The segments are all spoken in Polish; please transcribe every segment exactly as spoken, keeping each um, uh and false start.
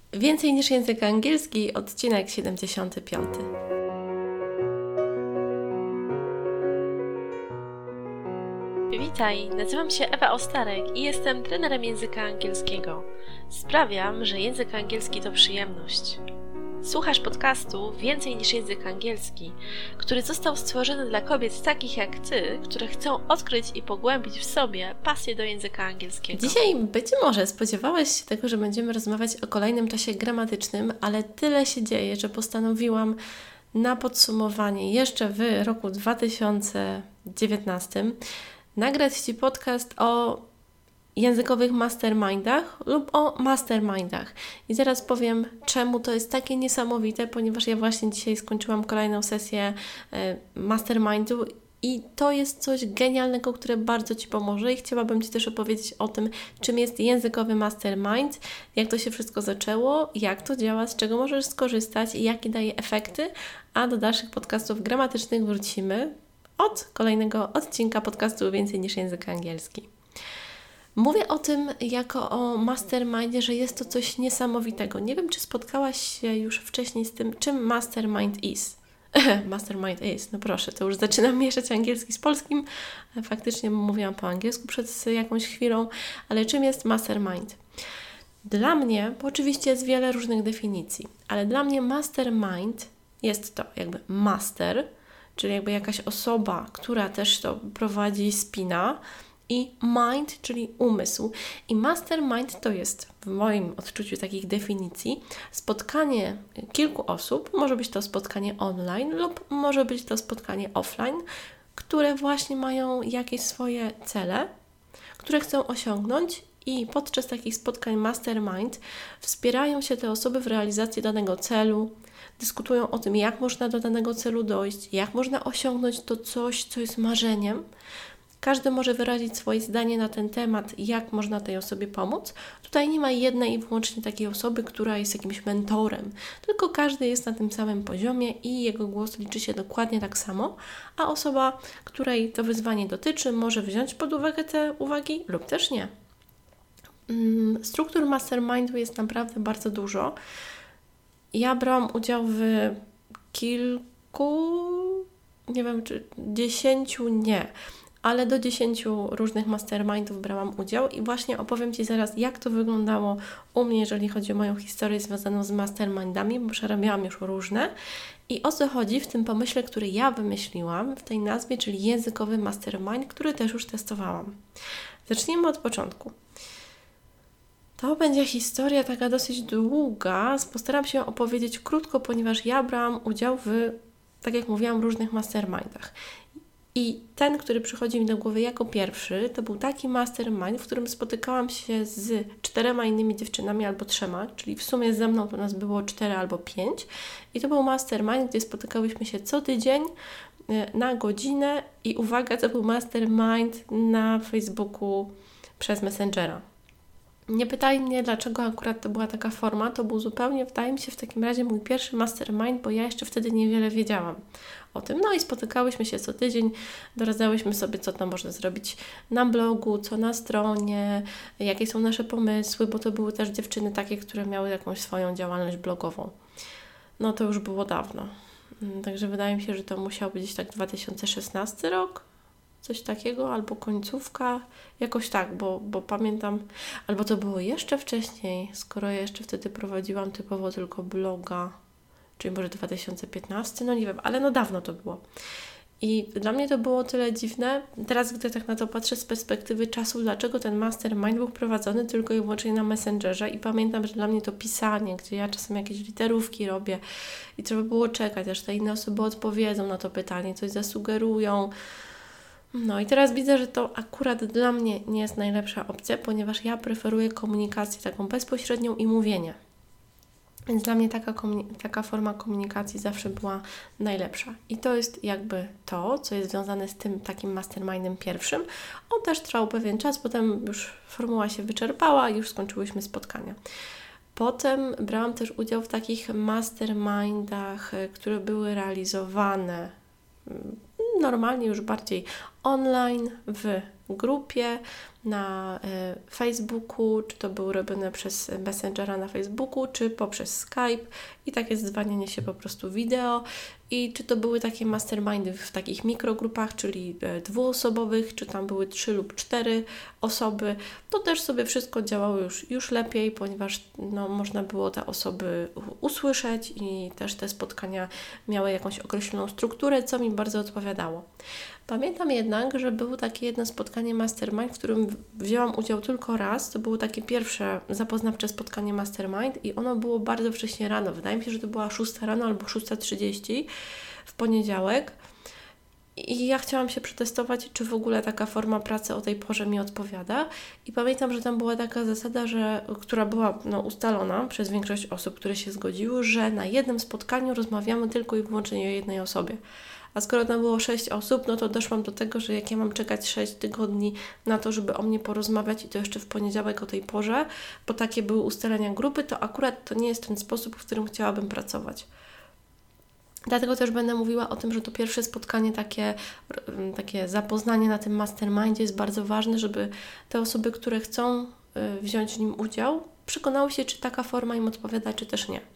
Więcej niż język angielski, odcinek siedemdziesiąty piąty. Witaj, nazywam się Ewa Ostarek i jestem trenerem języka angielskiego. Sprawiam, że język angielski to przyjemność. Słuchasz podcastu Więcej niż język angielski, który został stworzony dla kobiet takich jak Ty, które chcą odkryć i pogłębić w sobie pasję do języka angielskiego. Dzisiaj być może spodziewałeś się tego, że będziemy rozmawiać o kolejnym czasie gramatycznym, ale tyle się dzieje, że postanowiłam na podsumowanie jeszcze w roku dwa tysiące dziewiętnastym nagrać Ci podcast o językowych mastermindach lub o mastermindach. I zaraz powiem, czemu to jest takie niesamowite, ponieważ ja właśnie dzisiaj skończyłam kolejną sesję mastermindu i to jest coś genialnego, które bardzo Ci pomoże i chciałabym Ci też opowiedzieć o tym, czym jest językowy mastermind, jak to się wszystko zaczęło, jak to działa, z czego możesz skorzystać i jakie daje efekty, a do dalszych podcastów gramatycznych wrócimy od kolejnego odcinka podcastu Więcej niż język angielski. Mówię o tym jako o mastermindzie, że jest to coś niesamowitego. Nie wiem, czy spotkałaś się już wcześniej z tym, czym mastermind is. Mastermind is, no proszę, to już zaczynam mieszać angielski z polskim. Faktycznie mówiłam po angielsku przed jakąś chwilą, ale czym jest mastermind? Dla mnie, bo oczywiście jest wiele różnych definicji, ale dla mnie mastermind jest to jakby master, czyli jakby jakaś osoba, która też to prowadzi, spina, i mind, czyli umysł. I mastermind to jest w moim odczuciu takich definicji spotkanie kilku osób, może być to spotkanie online lub może być to spotkanie offline, które właśnie mają jakieś swoje cele, które chcą osiągnąć i podczas takich spotkań mastermind wspierają się te osoby w realizacji danego celu, dyskutują o tym, jak można do danego celu dojść, jak można osiągnąć to coś, co jest marzeniem. Każdy może wyrazić swoje zdanie na ten temat, jak można tej osobie pomóc. Tutaj nie ma jednej i wyłącznie takiej osoby, która jest jakimś mentorem, tylko każdy jest na tym samym poziomie i jego głos liczy się dokładnie tak samo, a osoba, której to wyzwanie dotyczy, może wziąć pod uwagę te uwagi lub też nie. Struktur mastermindu jest naprawdę bardzo dużo. Ja brałam udział w kilku, nie wiem czy dziesięciu, nie, ale do dziesięciu różnych mastermindów brałam udział i właśnie opowiem Ci zaraz, jak to wyglądało u mnie, jeżeli chodzi o moją historię związaną z mastermindami, bo przerabiałam już różne i o co chodzi w tym pomyśle, który ja wymyśliłam w tej nazwie, czyli językowy mastermind, który też już testowałam. Zacznijmy od początku. To będzie historia taka dosyć długa, postaram się opowiedzieć krótko, ponieważ ja brałam udział w, tak jak mówiłam, różnych mastermindach. I ten, który przychodzi mi do głowy jako pierwszy, to był taki mastermind, w którym spotykałam się z czterema innymi dziewczynami albo trzema, czyli w sumie ze mną to nas było cztery albo pięć. I to był mastermind, gdzie spotykałyśmy się co tydzień na godzinę i uwaga, to był mastermind na Facebooku przez Messengera. Nie pytaj mnie, dlaczego akurat to była taka forma, to był zupełnie, wydaje mi się, w takim razie mój pierwszy mastermind, bo ja jeszcze wtedy niewiele wiedziałam o tym. No i spotykałyśmy się co tydzień, doradzałyśmy sobie, co tam można zrobić na blogu, co na stronie, jakie są nasze pomysły, bo to były też dziewczyny takie, które miały jakąś swoją działalność blogową. No to już było dawno. Także wydaje mi się, że to musiał być tak dwa tysiące szesnasty rok. Coś takiego, albo końcówka, jakoś tak, bo, bo pamiętam, albo to było jeszcze wcześniej, skoro ja jeszcze wtedy prowadziłam typowo tylko bloga, czyli może dwa tysiące piętnasty, no nie wiem, ale no dawno to było. I dla mnie to było tyle dziwne, teraz gdy tak na to patrzę z perspektywy czasu, dlaczego ten mastermind był prowadzony tylko i wyłącznie na Messengerze i pamiętam, że dla mnie to pisanie, gdzie ja czasem jakieś literówki robię i trzeba było czekać, aż te inne osoby odpowiedzą na to pytanie, coś zasugerują. No i teraz widzę, że to akurat dla mnie nie jest najlepsza opcja, ponieważ ja preferuję komunikację taką bezpośrednią i mówienie. Więc dla mnie taka, komuni- taka forma komunikacji zawsze była najlepsza. I to jest jakby to, co jest związane z tym takim mastermindem pierwszym. On też trwał pewien czas, potem już formuła się wyczerpała i już skończyłyśmy spotkania. Potem brałam też udział w takich mastermindach, które były realizowane normalnie już bardziej online, w grupie, na y, Facebooku, czy to były robione przez Messengera na Facebooku, czy poprzez Skype i takie dzwonienie się po prostu wideo. I czy to były takie mastermindy w takich mikrogrupach, czyli y, dwuosobowych, czy tam były trzy lub cztery osoby, to też sobie wszystko działało już, już lepiej, ponieważ no, można było te osoby usłyszeć i też te spotkania miały jakąś określoną strukturę, co mi bardzo odpowiadało. Pamiętam jednak, że było takie jedno spotkanie mastermind, w którym wzięłam udział tylko raz. To było takie pierwsze zapoznawcze spotkanie mastermind i ono było bardzo wcześnie rano. Wydaje mi się, że to była szósta rano albo szósta trzydzieści w poniedziałek. I ja chciałam się przetestować, czy w ogóle taka forma pracy o tej porze mi odpowiada. I pamiętam, że tam była taka zasada, że, która była no, ustalona przez większość osób, które się zgodziły, że na jednym spotkaniu rozmawiamy tylko i wyłącznie o jednej osobie. A skoro tam było sześć osób, no to doszłam do tego, że jak ja mam czekać sześć tygodni na to, żeby o mnie porozmawiać i to jeszcze w poniedziałek o tej porze, bo takie były ustalenia grupy, to akurat to nie jest ten sposób, w którym chciałabym pracować. Dlatego też będę mówiła o tym, że to pierwsze spotkanie, takie, takie zapoznanie na tym mastermindzie jest bardzo ważne, żeby te osoby, które chcą wziąć w nim udział, przekonały się, czy taka forma im odpowiada, czy też nie.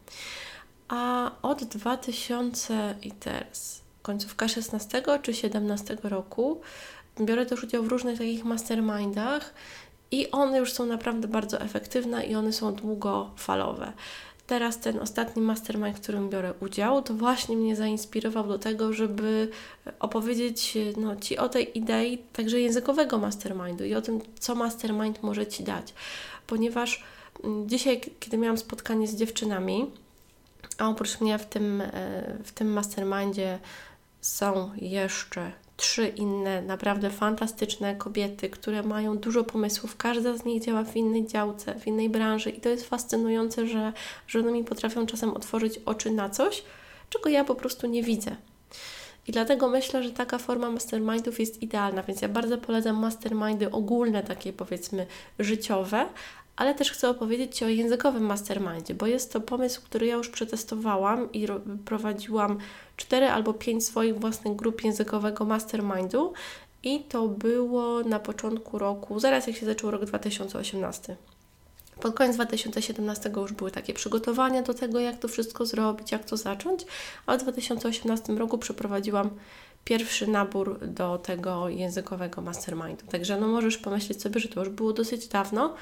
A od dwa tysiące i teraz końcówka szesnastego czy siedemnastego roku biorę też udział w różnych takich mastermindach i one już są naprawdę bardzo efektywne i one są długofalowe. Teraz ten ostatni mastermind, w którym biorę udział, to właśnie mnie zainspirował do tego, żeby opowiedzieć no, Ci o tej idei także językowego mastermindu i o tym, co mastermind może Ci dać. Ponieważ dzisiaj, kiedy miałam spotkanie z dziewczynami, a oprócz mnie w tym, w tym mastermindzie są jeszcze trzy inne naprawdę fantastyczne kobiety, które mają dużo pomysłów. Każda z nich działa w innej działce, w innej branży i to jest fascynujące, że, że one mi potrafią czasem otworzyć oczy na coś, czego ja po prostu nie widzę. I dlatego myślę, że taka forma mastermindów jest idealna, więc ja bardzo polecam mastermindy ogólne, takie powiedzmy życiowe, ale też chcę opowiedzieć Ci o językowym mastermindzie, bo jest to pomysł, który ja już przetestowałam i ro- prowadziłam cztery albo pięć swoich własnych grup językowego mastermindu i to było na początku roku, zaraz jak się zaczął rok dwa tysiące osiemnasty. Pod koniec dwa tysiące siedemnastego już były takie przygotowania do tego, jak to wszystko zrobić, jak to zacząć, a w dwa tysiące osiemnastym roku przeprowadziłam pierwszy nabór do tego językowego mastermindu. Także no możesz pomyśleć sobie, że to już było dosyć dawno,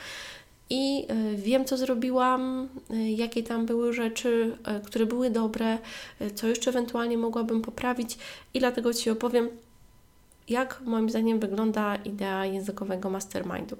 i wiem, co zrobiłam, jakie tam były rzeczy, które były dobre, co jeszcze ewentualnie mogłabym poprawić i dlatego Ci opowiem, jak moim zdaniem wygląda idea językowego mastermindu.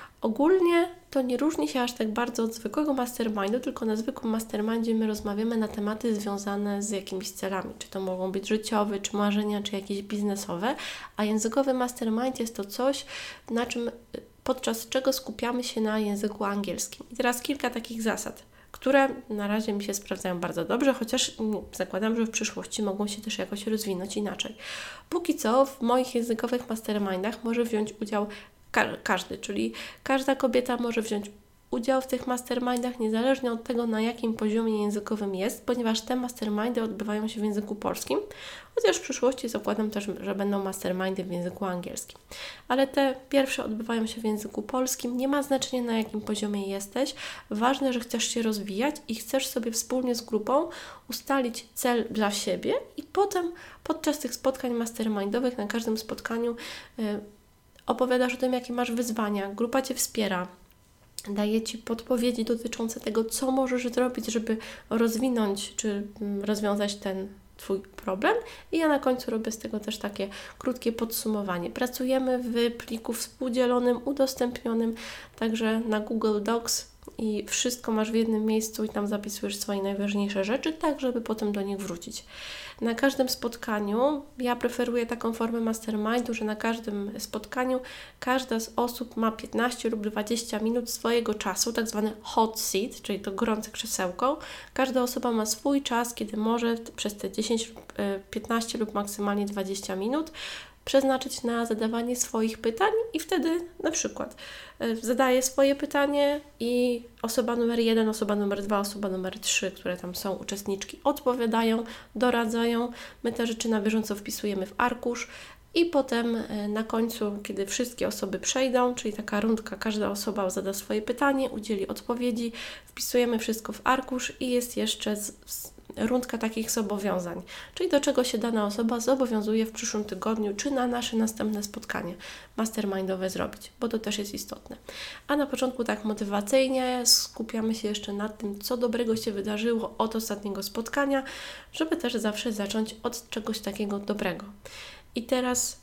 Ogólnie to nie różni się aż tak bardzo od zwykłego mastermindu, tylko na zwykłym mastermindzie my rozmawiamy na tematy związane z jakimiś celami, czy to mogą być życiowe, czy marzenia, czy jakieś biznesowe, a językowy mastermind jest to coś, na czym podczas czego skupiamy się na języku angielskim. I teraz kilka takich zasad, które na razie mi się sprawdzają bardzo dobrze, chociaż zakładam, że w przyszłości mogą się też jakoś rozwinąć inaczej. Póki co w moich językowych mastermindach może wziąć udział ka- każdy, czyli każda kobieta może wziąć udział w tych mastermindach niezależnie od tego, na jakim poziomie językowym jest, ponieważ te mastermindy odbywają się w języku polskim, chociaż w przyszłości zakładam też, że będą mastermindy w języku angielskim. Ale te pierwsze odbywają się w języku polskim, nie ma znaczenia, na jakim poziomie jesteś, ważne, że chcesz się rozwijać i chcesz sobie wspólnie z grupą ustalić cel dla siebie i potem podczas tych spotkań mastermindowych, na każdym spotkaniu yy, opowiadasz o tym, jakie masz wyzwania, grupa Cię wspiera, daje Ci podpowiedzi dotyczące tego, co możesz zrobić, żeby rozwinąć czy rozwiązać ten Twój problem i ja na końcu robię z tego też takie krótkie podsumowanie. Pracujemy w pliku współdzielonym, udostępnionym, także na Google Docs i wszystko masz w jednym miejscu i tam zapisujesz swoje najważniejsze rzeczy, tak żeby potem do nich wrócić. Na każdym spotkaniu, ja preferuję taką formę mastermindu, że na każdym spotkaniu każda z osób ma piętnaście lub dwadzieścia minut swojego czasu, tak zwany hot seat, czyli to gorące krzesełko. Każda osoba ma swój czas, kiedy może przez te dziesięć, piętnaście lub maksymalnie dwadzieścia minut przeznaczyć na zadawanie swoich pytań i wtedy na przykład zadaję swoje pytanie i osoba numer jeden, osoba numer dwa, osoba numer trzy, które tam są uczestniczki, odpowiadają, doradzają. My te rzeczy na bieżąco wpisujemy w arkusz i potem na końcu, kiedy wszystkie osoby przejdą, czyli taka rundka, każda osoba zada swoje pytanie, udzieli odpowiedzi, wpisujemy wszystko w arkusz i jest jeszcze z, z, rundka takich zobowiązań, czyli do czego się dana osoba zobowiązuje w przyszłym tygodniu, czy na nasze następne spotkanie mastermindowe zrobić, bo to też jest istotne. A na początku tak motywacyjnie skupiamy się jeszcze na tym, co dobrego się wydarzyło od ostatniego spotkania, żeby też zawsze zacząć od czegoś takiego dobrego. I teraz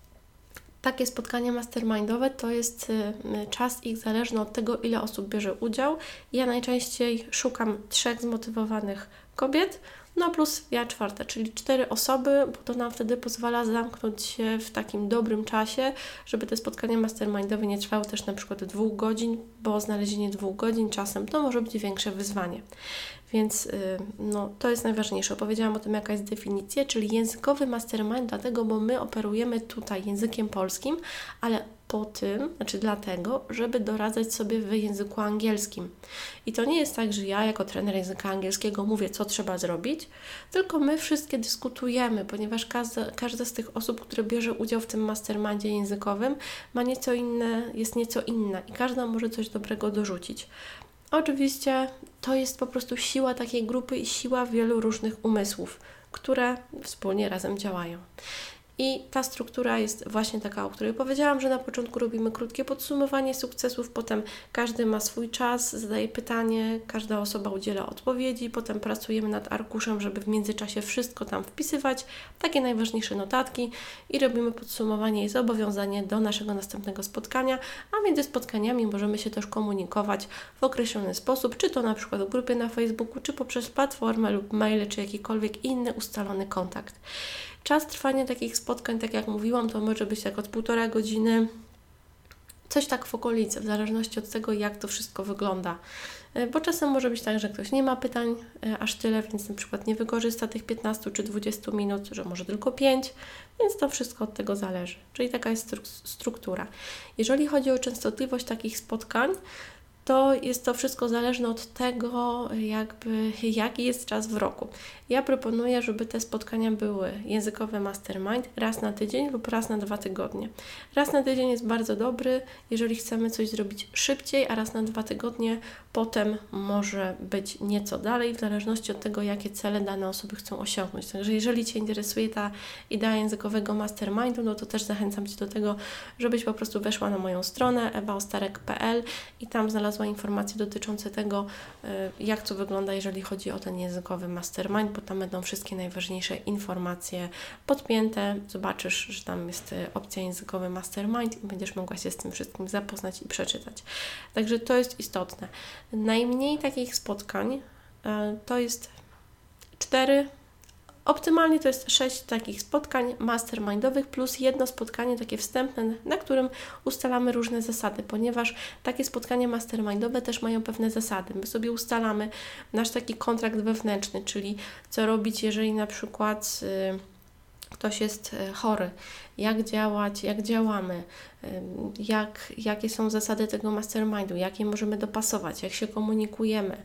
takie spotkania mastermindowe to jest czas ich zależny od tego, ile osób bierze udział. Ja najczęściej szukam trzech zmotywowanych kobiet, no plus ja czwarta, czyli cztery osoby, bo to nam wtedy pozwala zamknąć się w takim dobrym czasie, żeby te spotkania mastermindowe nie trwały też na przykład dwóch godzin, bo znalezienie dwóch godzin czasem to może być większe wyzwanie. Więc no, to jest najważniejsze. Opowiedziałam o tym, jaka jest definicja, czyli językowy mastermind, dlatego, bo my operujemy tutaj językiem polskim, ale po tym, znaczy dlatego, żeby doradzać sobie w języku angielskim. I to nie jest tak, że ja jako trener języka angielskiego mówię, co trzeba zrobić, tylko my wszystkie dyskutujemy, ponieważ każda, każda z tych osób, które bierze udział w tym mastermindzie językowym, ma nieco inne, jest nieco inna i każda może coś dobrego dorzucić. Oczywiście to jest po prostu siła takiej grupy i siła wielu różnych umysłów, które wspólnie razem działają. I ta struktura jest właśnie taka, o której powiedziałam, że na początku robimy krótkie podsumowanie sukcesów, potem każdy ma swój czas, zadaje pytanie, każda osoba udziela odpowiedzi, potem pracujemy nad arkuszem, żeby w międzyczasie wszystko tam wpisywać, takie najważniejsze notatki i robimy podsumowanie i zobowiązanie do naszego następnego spotkania, a między spotkaniami możemy się też komunikować w określony sposób, czy to na przykład w grupie na Facebooku, czy poprzez platformę lub maile, czy jakikolwiek inny ustalony kontakt. Czas trwania takich spotkań, tak jak mówiłam, to może być tak od półtora godziny, coś tak w okolicy, w zależności od tego, jak to wszystko wygląda. Bo czasem może być tak, że ktoś nie ma pytań aż tyle, więc na przykład nie wykorzysta tych piętnastu czy dwudziestu minut, że może tylko pięć, więc to wszystko od tego zależy. Czyli taka jest struktura. Jeżeli chodzi o częstotliwość takich spotkań, to jest to wszystko zależne od tego, jakby, jaki jest czas w roku. Ja proponuję, żeby te spotkania były językowe mastermind raz na tydzień lub raz na dwa tygodnie. Raz na tydzień jest bardzo dobry, jeżeli chcemy coś zrobić szybciej, a raz na dwa tygodnie potem może być nieco dalej, w zależności od tego, jakie cele dane osoby chcą osiągnąć. Także jeżeli Cię interesuje ta idea językowego mastermindu, no to też zachęcam Cię do tego, żebyś po prostu weszła na moją stronę ewa ostarek kropka pe el i tam znalazła informacje dotyczące tego, jak to wygląda, jeżeli chodzi o ten językowy mastermind, bo tam będą wszystkie najważniejsze informacje podpięte. Zobaczysz, że tam jest opcja językowy mastermind i będziesz mogła się z tym wszystkim zapoznać i przeczytać. Także to jest istotne. Najmniej takich spotkań to jest cztery. Optymalnie to jest sześć takich spotkań mastermindowych plus jedno spotkanie takie wstępne, na którym ustalamy różne zasady, ponieważ takie spotkania mastermindowe też mają pewne zasady. My sobie ustalamy nasz taki kontrakt wewnętrzny, czyli co robić, jeżeli na przykład y, ktoś jest y, chory, jak działać, jak działamy, y, jak, jakie są zasady tego mastermindu, jak je możemy dopasować, jak się komunikujemy.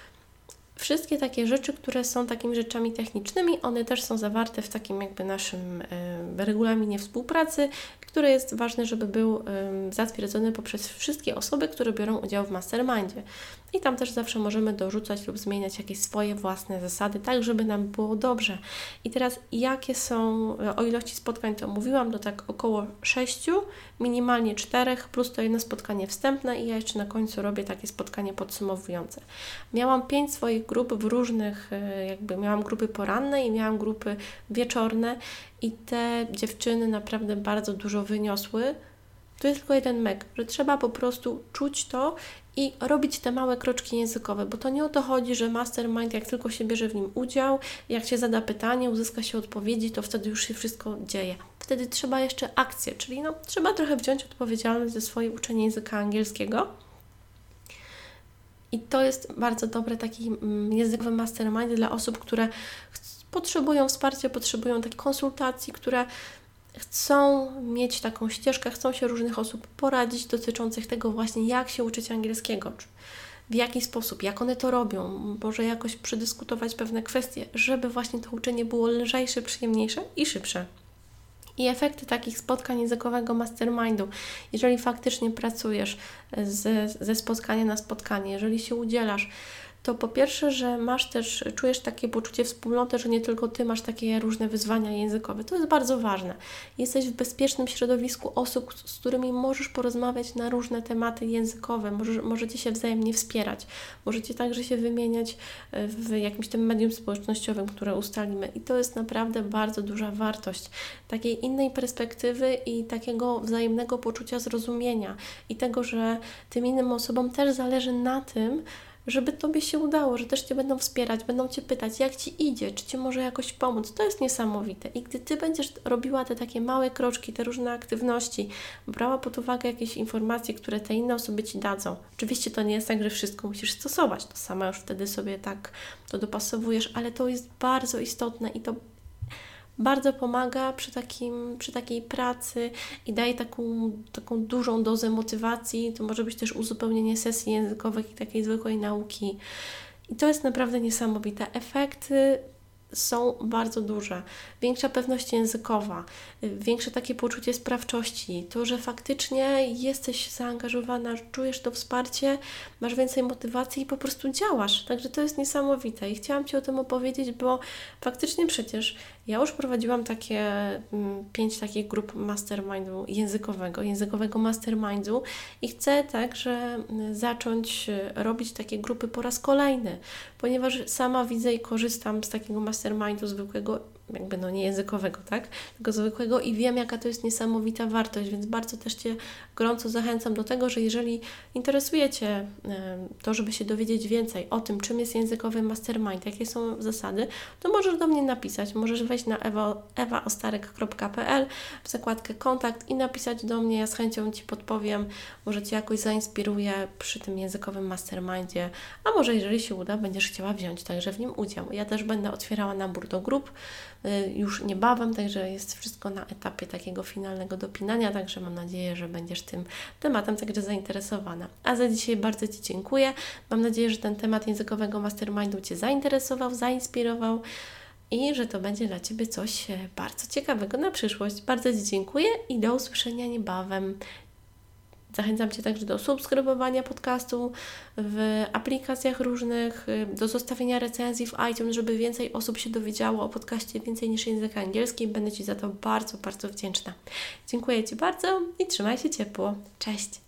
Wszystkie takie rzeczy, które są takimi rzeczami technicznymi, one też są zawarte w takim jakby naszym y, regulaminie współpracy, który jest ważne, żeby był y, zatwierdzony poprzez wszystkie osoby, które biorą udział w mastermindzie. I tam też zawsze możemy dorzucać lub zmieniać jakieś swoje własne zasady, tak żeby nam było dobrze. I teraz jakie są, o ilości spotkań to mówiłam, to tak około sześciu, minimalnie czterech, plus to jedno spotkanie wstępne i ja jeszcze na końcu robię takie spotkanie podsumowujące. Miałam pięć swoich grup w różnych, jakby miałam grupy poranne i miałam grupy wieczorne i te dziewczyny naprawdę bardzo dużo wyniosły. To jest tylko jeden mek, że trzeba po prostu czuć to i robić te małe kroczki językowe, bo to nie o to chodzi, że mastermind, jak tylko się bierze w nim udział, jak się zada pytanie, uzyska się odpowiedzi, to wtedy już się wszystko dzieje. Wtedy trzeba jeszcze akcję, czyli no, trzeba trochę wziąć odpowiedzialność za swoje uczenie języka angielskiego. I to jest bardzo dobry taki językowy mastermind dla osób, które potrzebują wsparcia, potrzebują takiej konsultacji, które chcą mieć taką ścieżkę, chcą się różnych osób poradzić dotyczących tego właśnie, jak się uczyć angielskiego, w jaki sposób, jak one to robią, może jakoś przedyskutować pewne kwestie, żeby właśnie to uczenie było lżejsze, przyjemniejsze i szybsze. I efekty takich spotkań językowego mastermindu, jeżeli faktycznie pracujesz z, ze spotkania na spotkanie, jeżeli się udzielasz, to po pierwsze, że masz też, czujesz takie poczucie wspólnoty, że nie tylko Ty masz takie różne wyzwania językowe. To jest bardzo ważne. Jesteś w bezpiecznym środowisku osób, z którymi możesz porozmawiać na różne tematy językowe, możesz, możecie się wzajemnie wspierać, możecie także się wymieniać w jakimś tym medium społecznościowym, które ustalimy. I to jest naprawdę bardzo duża wartość takiej innej perspektywy i takiego wzajemnego poczucia zrozumienia i tego, że tym innym osobom też zależy na tym, żeby Tobie się udało, że też Cię będą wspierać, będą Cię pytać, jak Ci idzie, czy Ci może jakoś pomóc. To jest niesamowite. I gdy Ty będziesz robiła te takie małe kroczki, te różne aktywności, brała pod uwagę jakieś informacje, które te inne osoby Ci dadzą. Oczywiście to nie jest tak, że wszystko musisz stosować. To sama już wtedy sobie tak to dopasowujesz, ale to jest bardzo istotne i to bardzo pomaga przy, takim, przy takiej pracy i daje taką, taką dużą dozę motywacji. To może być też uzupełnienie sesji językowych i takiej zwykłej nauki. I to jest naprawdę niesamowite. Efekty są bardzo duże. Większa pewność językowa, większe takie poczucie sprawczości, to, że faktycznie jesteś zaangażowana, czujesz to wsparcie, masz więcej motywacji i po prostu działasz. Także to jest niesamowite i chciałam Ci o tym opowiedzieć, bo faktycznie przecież ja już prowadziłam takie m, pięć takich grup mastermindu językowego, językowego mastermindu i chcę także zacząć robić takie grupy po raz kolejny, ponieważ sama widzę i korzystam z takiego mastermindu zwykłego, jakby no nie językowego, tak? Tylko zwykłego i wiem, jaka to jest niesamowita wartość, więc bardzo też Cię gorąco zachęcam do tego, że jeżeli interesuje Cię to, żeby się dowiedzieć więcej o tym, czym jest językowy mastermind, jakie są zasady, to możesz do mnie napisać, możesz wejść na ewa, ewa ostarek kropka pe el w zakładkę kontakt i napisać do mnie, ja z chęcią Ci podpowiem, może Cię jakoś zainspiruję przy tym językowym mastermindzie, a może jeżeli się uda, będziesz chciała wziąć także w nim udział. Ja też będę otwierała nabór do grup już niebawem, także jest wszystko na etapie takiego finalnego dopinania, także mam nadzieję, że będziesz tym tematem także zainteresowana. A za dzisiaj bardzo Ci dziękuję. Mam nadzieję, że ten temat językowego mastermindu Cię zainteresował, zainspirował i że to będzie dla Ciebie coś bardzo ciekawego na przyszłość. Bardzo Ci dziękuję i do usłyszenia niebawem. Zachęcam Cię także do subskrybowania podcastu w aplikacjach różnych, do zostawienia recenzji w iTunes, żeby więcej osób się dowiedziało o podcaście Więcej niż język angielski. Będę Ci za to bardzo, bardzo wdzięczna. Dziękuję Ci bardzo i trzymaj się ciepło. Cześć!